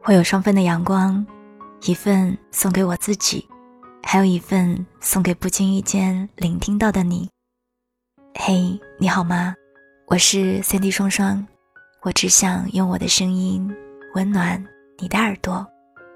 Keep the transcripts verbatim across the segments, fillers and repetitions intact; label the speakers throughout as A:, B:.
A: 我有双份的阳光，一份送给我自己，还有一份送给不经意间聆听到的你。嘿，你好吗？我是 Cindy 双双，我只想用我的声音温暖你的耳朵。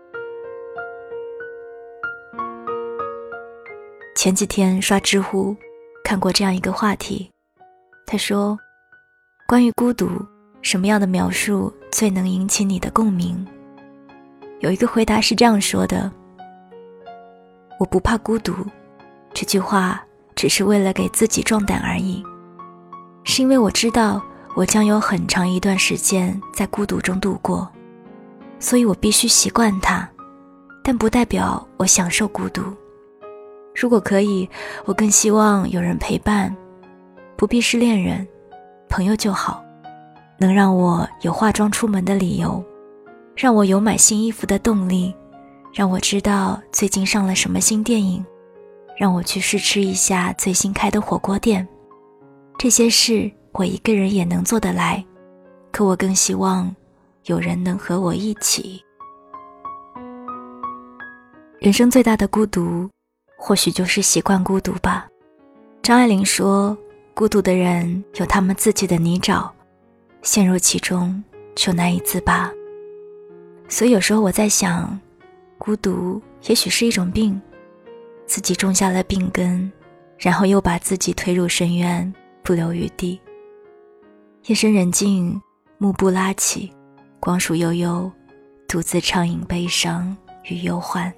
A: 前几天刷知乎看过这样一个话题，他说，关于孤独，什么样的描述最能引起你的共鸣？有一个回答是这样说的：我不怕孤独，这句话只是为了给自己壮胆而已，是因为我知道我将有很长一段时间在孤独中度过，所以我必须习惯它，但不代表我享受孤独。如果可以，我更希望有人陪伴，不必是恋人，朋友就好，能让我有化妆出门的理由，让我有买新衣服的动力，让我知道最近上了什么新电影，让我去试吃一下最新开的火锅店。这些事我一个人也能做得来，可我更希望有人能和我一起。人生最大的孤独，或许就是习惯孤独吧。张爱玲说，孤独的人有他们自己的泥沼，陷入其中就难以自拔。所以有时候我在想，孤独也许是一种病，自己种下了病根，然后又把自己推入深渊，不留余地。夜深人静，幕布拉起，光束悠悠，独自畅饮悲伤与忧患。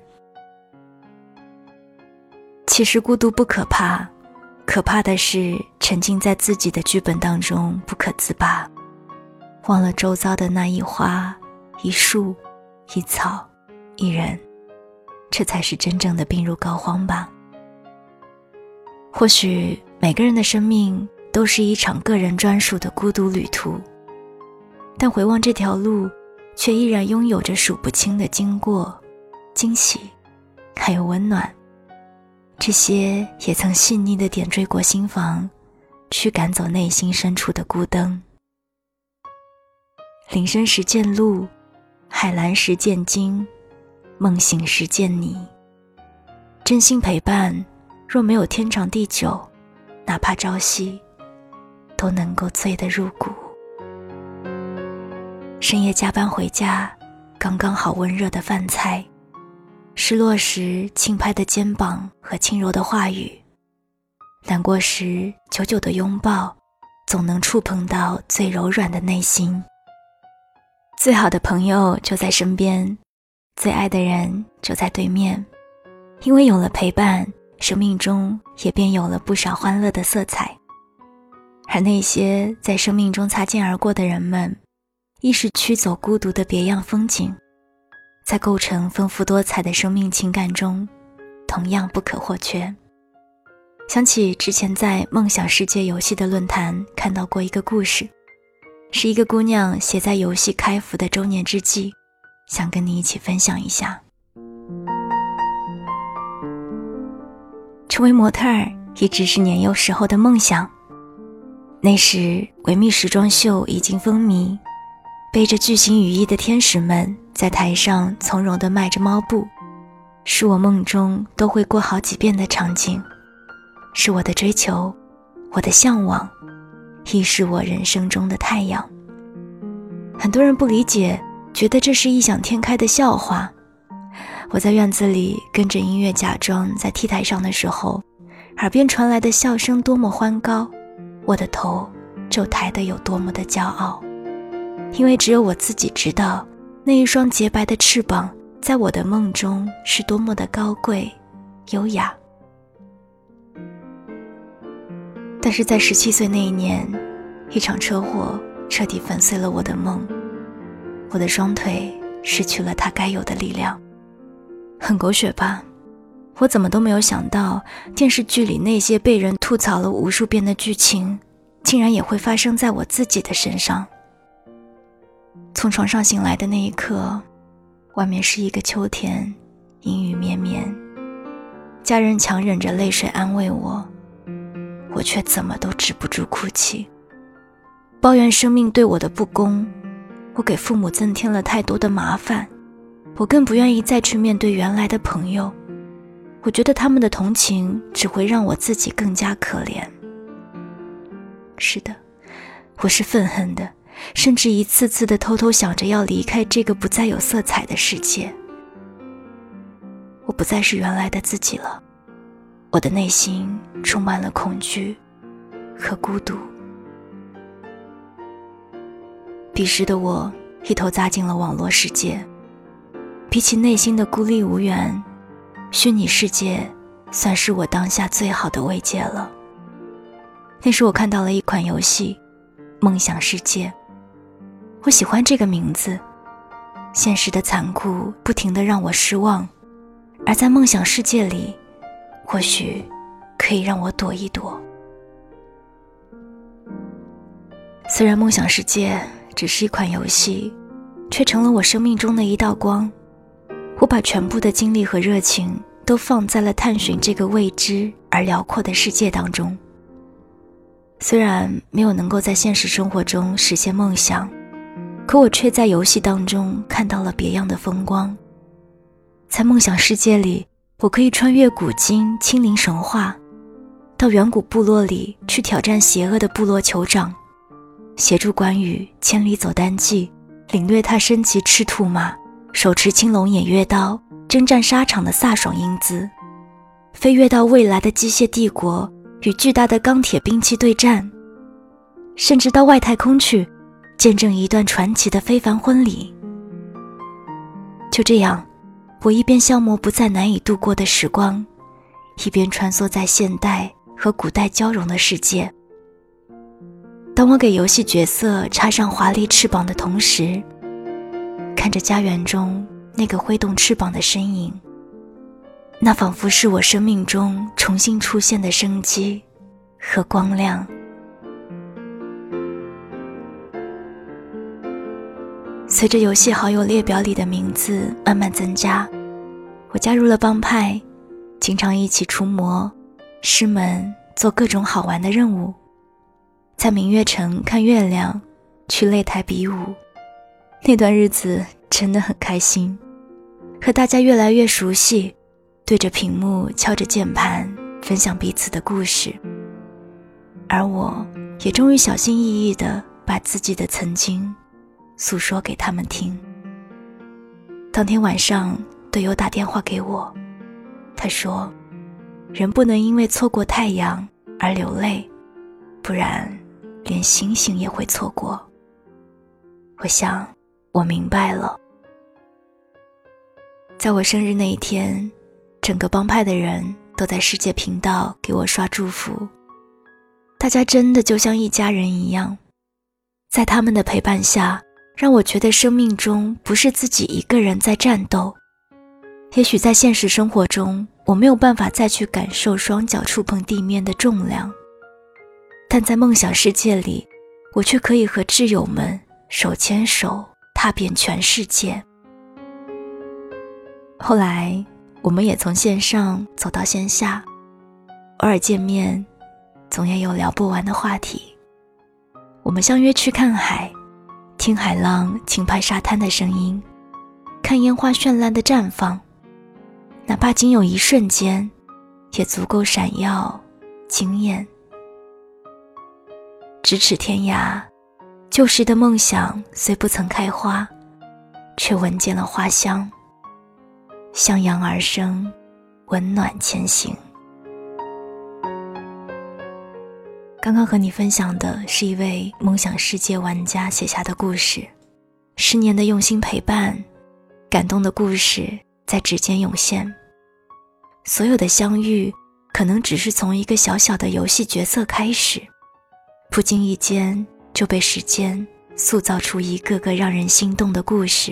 A: 其实孤独不可怕，可怕的是沉浸在自己的剧本当中不可自拔，忘了周遭的那一花一树一草一人，这才是真正的病入膏肓吧。或许每个人的生命都是一场个人专属的孤独旅途，但回望这条路，却依然拥有着数不清的经过、惊喜还有温暖。这些也曾细腻地点缀过心房，驱赶走内心深处的孤灯。林深时见鹿，海蓝时见鲸，梦醒时见你。真心陪伴，若没有天长地久，哪怕朝夕都能够醉得入骨。深夜加班回家，刚刚好温热的饭菜，失落时轻拍的肩膀和轻柔的话语，难过时久久的拥抱，总能触碰到最柔软的内心。最好的朋友就在身边，最爱的人就在对面，因为有了陪伴，生命中也便有了不少欢乐的色彩。而那些在生命中擦肩而过的人们，亦是驱走孤独的别样风景，在构成丰富多彩的生命情感中同样不可或缺。想起之前在梦想世界游戏的论坛看到过一个故事，是一个姑娘写在游戏开服的周年之际，想跟你一起分享一下。成为模特儿一直是年幼时候的梦想，那时维密时装秀已经风靡，背着巨型羽翼的天使们在台上从容地迈着猫步，是我梦中都会过好几遍的场景，是我的追求，我的向往，亦是我人生中的太阳。很多人不理解，觉得这是异想天开的笑话。我在院子里跟着音乐假装在 T 台上的时候，耳边传来的笑声多么欢高，我的头就抬得有多么的骄傲。因为只有我自己知道，那一双洁白的翅膀在我的梦中是多么的高贵优雅。但是在十七岁那一年，一场车祸彻底粉碎了我的梦，我的双腿失去了它该有的力量。很狗血吧？我怎么都没有想到，电视剧里那些被人吐槽了无数遍的剧情，竟然也会发生在我自己的身上。从床上醒来的那一刻，外面是一个秋天，阴雨绵绵，家人强忍着泪水安慰我，我却怎么都止不住哭泣，抱怨生命对我的不公，我给父母增添了太多的麻烦， 我更不愿意再去面对原来的朋友，我觉得他们的同情只会让我自己更加可怜。是的，我是愤恨的，甚至一次次的偷偷想着要离开这个不再有色彩的世界。我不再是原来的自己了，我的内心充满了恐惧和孤独。彼时的我一头扎进了网络世界，比起内心的孤立无援，虚拟世界算是我当下最好的慰藉了。那时我看到了一款游戏《梦想世界》，我喜欢这个名字。现实的残酷不停地让我失望，而在梦想世界里，或许可以让我躲一躲。虽然梦想世界只是一款游戏，却成了我生命中的一道光。我把全部的精力和热情都放在了探寻这个未知而辽阔的世界当中。虽然没有能够在现实生活中实现梦想，可我却在游戏当中看到了别样的风光。在梦想世界里，我可以穿越古今亲临神话，到远古部落里去挑战邪恶的部落酋长，协助关羽千里走单骑，领略他身骑赤兔马，手持青龙偃月刀，征战沙场的飒爽英姿，飞跃到未来的机械帝国，与巨大的钢铁兵器对战，甚至到外太空去见证一段传奇的非凡婚礼。就这样，我一边消磨不再难以度过的时光，一边穿梭在现代和古代交融的世界。当我给游戏角色插上华丽翅膀的同时，看着家园中那个挥动翅膀的身影，那仿佛是我生命中重新出现的生机和光亮。随着游戏好友列表里的名字慢慢增加，我加入了帮派，经常一起除魔、师门，做各种好玩的任务，在明月城看月亮，去擂台比武。那段日子真的很开心，和大家越来越熟悉，对着屏幕敲着键盘，分享彼此的故事。而我也终于小心翼翼地把自己的曾经诉说给他们听。当天晚上，队友打电话给我，他说，人不能因为错过太阳而流泪，不然连星星也会错过。我想我明白了。在我生日那一天，整个帮派的人都在世界频道给我刷祝福，大家真的就像一家人一样。在他们的陪伴下，让我觉得生命中不是自己一个人在战斗。也许在现实生活中，我没有办法再去感受双脚触碰地面的重量，但在梦想世界里，我却可以和挚友们手牵手踏遍全世界。后来我们也从线上走到线下，偶尔见面，总也有聊不完的话题。我们相约去看海，听海浪轻拍沙滩的声音，看烟花绚烂的绽放，哪怕仅有一瞬间，也足够闪耀惊艳。咫尺天涯，旧时的梦想虽不曾开花，却闻见了花香，向阳而生，温暖前行。刚刚和你分享的是一位梦想世界玩家写下的故事，十年的用心陪伴，感动的故事在指尖涌现。所有的相遇可能只是从一个小小的游戏角色开始，不经意间就被时间塑造出一个个让人心动的故事。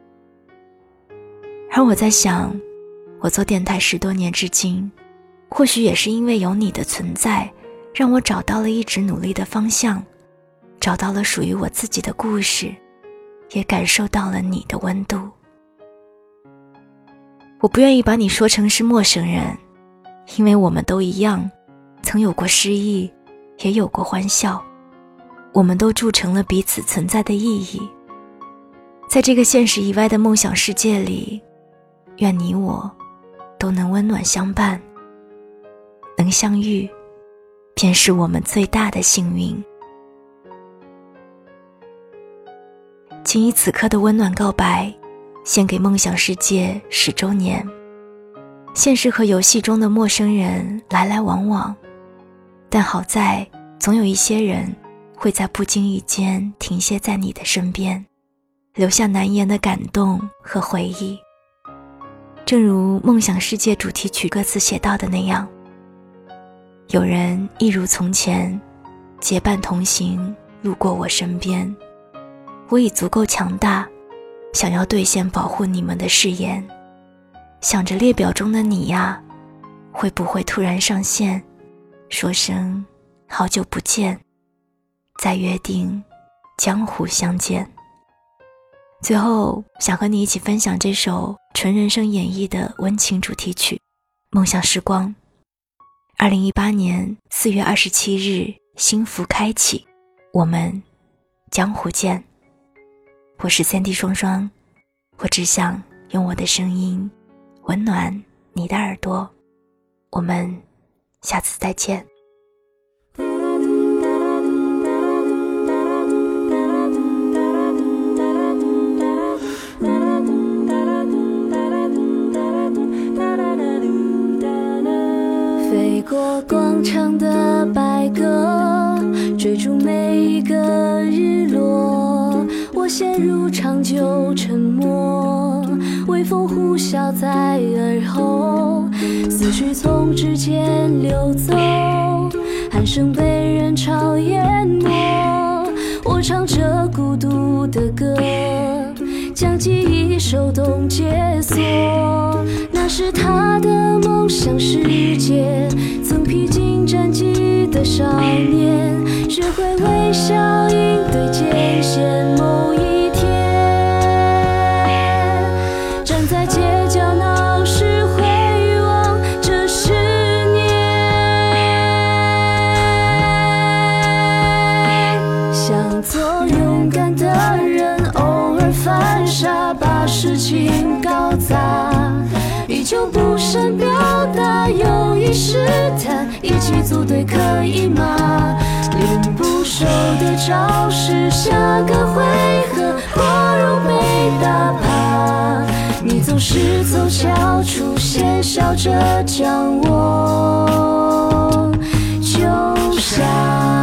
A: 而我在想，我做电台十多年至今，或许也是因为有你的存在，让我找到了一直努力的方向，找到了属于我自己的故事，也感受到了你的温度。我不愿意把你说成是陌生人，因为我们都一样，曾有过失意，也有过欢笑，我们都铸成了彼此存在的意义。 在这个现实以外的梦想世界里，愿你我都能温暖相伴，能相遇便是我们最大的幸运。请以此刻的温暖告白，献给梦想世界十周年。现实和游戏中的陌生人来来往往，但好在总有一些人会在不经意间停歇在你的身边，留下难言的感动和回忆。正如梦想世界主题曲歌词写到的那样，有人一如从前结伴同行路过我身边，我已足够强大，想要兑现保护你们的誓言。想着列表中的你呀，会不会突然上线，说声好久不见，再约定江湖相见。最后想和你一起分享这首纯人声演绎的温情主题曲《梦想时光》。二零一八年四月二十七日，幸福开启，我们江湖见。我是三 D 双双，我只想用我的声音温暖你的耳朵，我们下次再见。
B: 飞过广场的白鸽，追逐每一个日落，我陷入长久沉默，微风呼啸在耳后，思绪从指尖流走，鼾声被人潮淹没，我唱着孤独的歌，将记忆手动解锁。那是他的梦想世界，曾披荆斩棘的少年，学会微笑应对艰险。某一天，站在街角闹市回望这十年，想做勇敢的人，偶尔犯傻，把事情搞砸，依旧不慎表达，有意试探，一起组队可以吗？练不熟的招式，下个回合花容被打趴，你总是凑巧出现，笑着将我救下。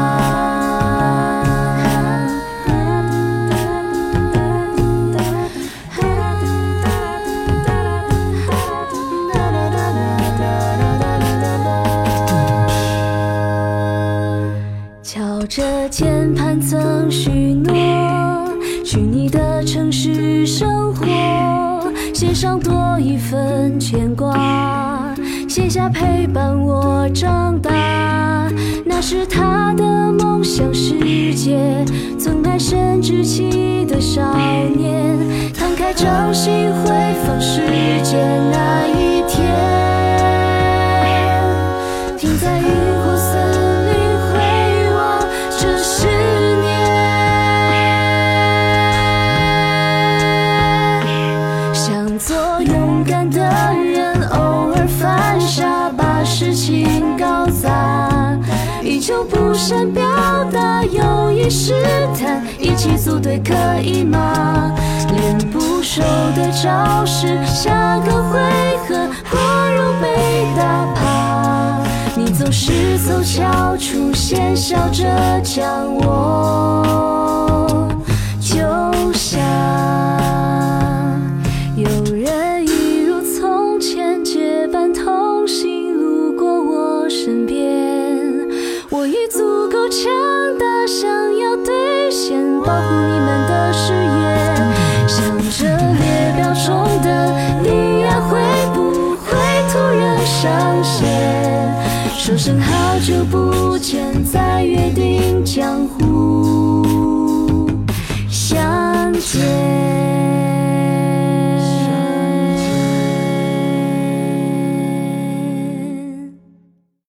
B: 这键盘曾许诺，去你的城市生活，写上多一份牵挂，写下陪伴我长大。那是他的梦想世界，曾爱生殖器的少年，摊开掌心回放世界那一天，停在萤火森林回望这十年，想做勇敢的人，偶尔犯傻，把事情搞砸，依旧不善表达，有意试探，一起组队可以吗？练不熟的招式，下个回合花容被打趴，你总是凑巧出现，笑着将我救下。有人一如从前结伴同行路过我身边，我已足够强大，想要兑现保护你们的誓言。想着列表中的你呀，会不会突然上线，说声好久不见，再约定江湖相见。